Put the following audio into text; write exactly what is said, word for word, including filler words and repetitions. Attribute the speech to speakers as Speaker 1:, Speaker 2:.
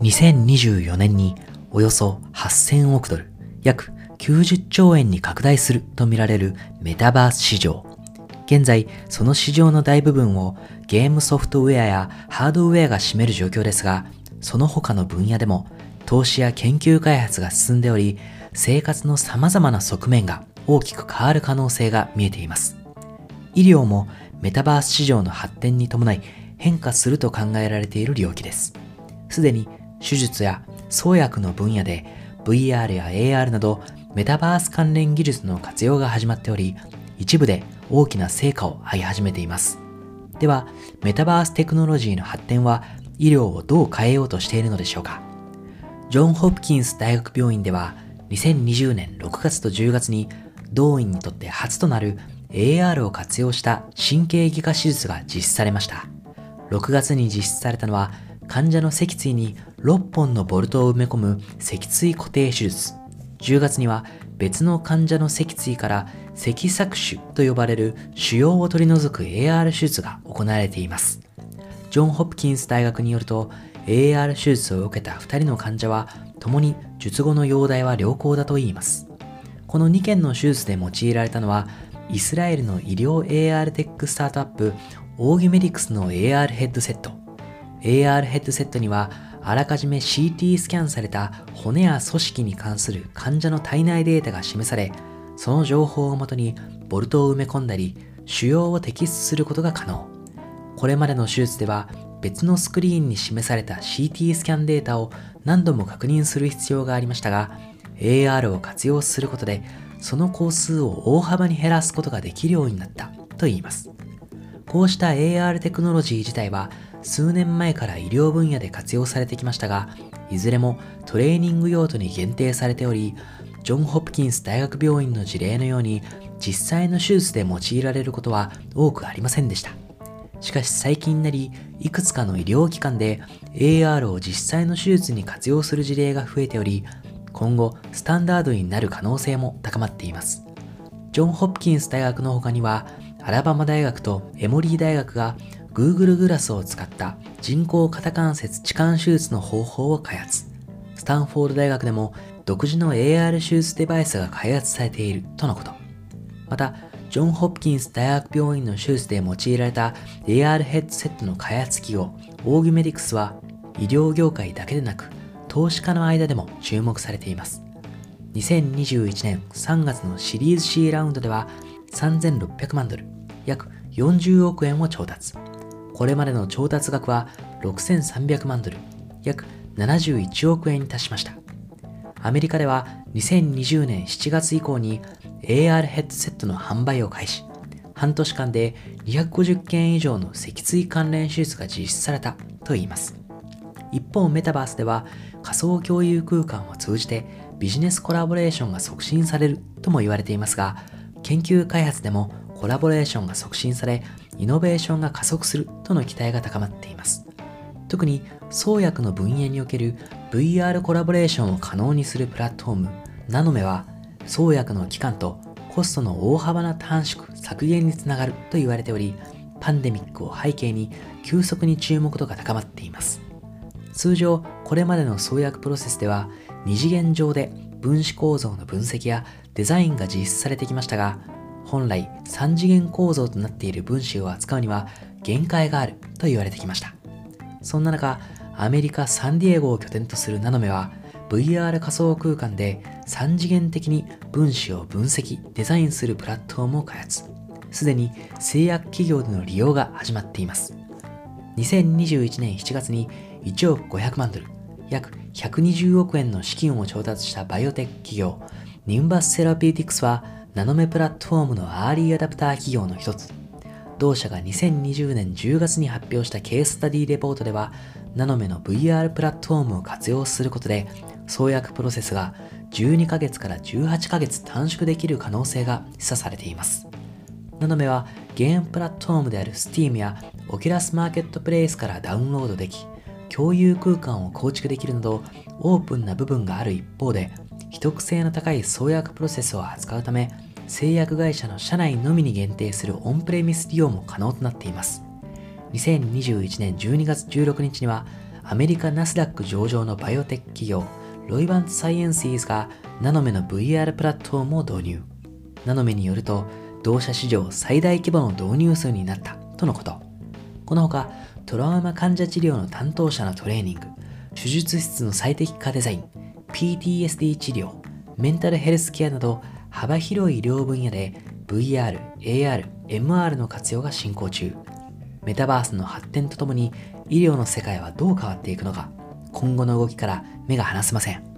Speaker 1: にせんにじゅうよねんにおよそはっせんおくドル、約きゅうじゅっちょうえんに拡大するとみられるメタバース市場。現在、その市場の大部分をゲームソフトウェアやハードウェアが占める状況ですが、その他の分野でも投資や研究開発が進んでおり、生活の様々な側面が大きく変わる可能性が見えています。医療もメタバース市場の発展に伴い変化すると考えられている領域です。すでに手術や創薬の分野で ブイアール や エーアール などメタバース関連技術の活用が始まっており、一部で大きな成果を上げ始めています。では、メタバーステクノロジーの発展は医療をどう変えようとしているのでしょうか。ジョン・ホプキンス大学病院ではにせんにじゅうねんろくがつとじゅうがつに同院にとって初となる エーアール を活用した神経外科手術が実施されました。ろくがつに実施されたのは、患者の脊椎にろっぽんのボルトを埋め込む脊椎固定手術。じゅうがつには別の患者の脊椎から脊搾取と呼ばれる腫瘍を取り除く エーアール 手術が行われています。ジョン・ホプキンス大学によると、エーアール 手術を受けたふたりの患者は共に術後の容体は良好だといいます。このにけんの手術で用いられたのは、イスラエルの医療 エーアール テックスタートアップオーギュメディクスの エーアール ヘッドセット。エーアール ヘッドセットにはあらかじめ シーティー スキャンされた骨や組織に関する患者の体内データが示され、その情報をもとにボルトを埋め込んだり腫瘍を摘出することが可能。これまでの手術では別のスクリーンに示された シーティー スキャンデータを何度も確認する必要がありましたが、 エーアール を活用することでその工数を大幅に減らすことができるようになったといいます。こうした エーアール テクノロジー自体は数年前から医療分野で活用されてきましたが、いずれもトレーニング用途に限定されており、ジョン・ホプキンス大学病院の事例のように実際の手術で用いられることは多くありませんでした。しかし最近になり、いくつかの医療機関で エーアール を実際の手術に活用する事例が増えており、今後スタンダードになる可能性も高まっています。ジョン・ホプキンス大学の他には、アラバマ大学とエモリー大学が Google グラスを使った人工肩関節置換手術の方法を開発。スタンフォード大学でも独自の エーアール 手術デバイスが開発されているとのこと。また、ジョン・ホプキンス大学病院の手術で用いられた エーアール ヘッドセットの開発企業オーギュメディクスは、医療業界だけでなく投資家の間でも注目されています。にせんにじゅういちねんさんがつのシリーズ C ラウンドではさんぜんろっぴゃくまんドル、約よんじゅうおくえんを調達。これまでの調達額はろくせんさんびゃくまんドル、約ななじゅういちおくえんに達しました。アメリカではにせんにじゅうねんしちがつ以降に エーアール ヘッドセットの販売を開始。半年間でにひゃくごじゅっけん以上の脊椎関連手術が実施されたといいます。一方、メタバースでは仮想共有空間を通じてビジネスコラボレーションが促進されるとも言われていますが、研究開発でもコラボレーションが促進され、イノベーションが加速するとの期待が高まっています。特に創薬の分野における ブイアール コラボレーションを可能にするプラットフォームナノメは、創薬の期間とコストの大幅な短縮削減につながると言われており、パンデミックを背景に急速に注目度が高まっています。通常、これまでの創薬プロセスではに次元上で分子構造の分析やデザインが実施されてきましたが、本来さん次元構造となっている分子を扱うには限界があると言われてきました。そんな中、アメリカ・サンディエゴを拠点とするナノメは ブイアール 仮想空間でさん次元的に分子を分析・デザインするプラットフォームを開発。すでに製薬企業での利用が始まっています。にせんにじゅういちねんしちがつにいちおくごひゃくまんドル、約ひゃくにじゅうおくえんの資金を調達したバイオテック企業ニンバスセラピューティクスは、ナノメプラットフォームのアーリーアダプター企業の一つ。同社がにせんにじゅうねんじゅうがつに発表したケーススタディレポートでは、ナノメの ブイアール プラットフォームを活用することで、創薬プロセスがじゅうにかげつからじゅうはちかげつ短縮できる可能性が示唆されています。ナノメはゲームプラットフォームである Steam や Oculus マーケットプレイスからダウンロードでき、共有空間を構築できるなどオープンな部分がある一方で、秘匿性の高い創薬プロセスを扱うため、製薬会社の社内のみに限定するオンプレミス利用も可能となっています。にせんにじゅういちねんじゅうにがつじゅうろくにちにはアメリカナスダック上場のバイオテック企業ロイバントサイエンシーズがナノメの ブイアール プラットフォームを導入。ナノメによると同社史上最大規模の導入数になったとのこと。このほかトラウマ患者治療の担当者のトレーニング、手術室の最適化デザイン、ピーティーエスディー 治療、メンタルヘルスケアなど幅広い医療分野で ブイアール、エーアール、エムアール の活用が進行中。メタバースの発展とともに医療の世界はどう変わっていくのか、今後の動きから目が離せません。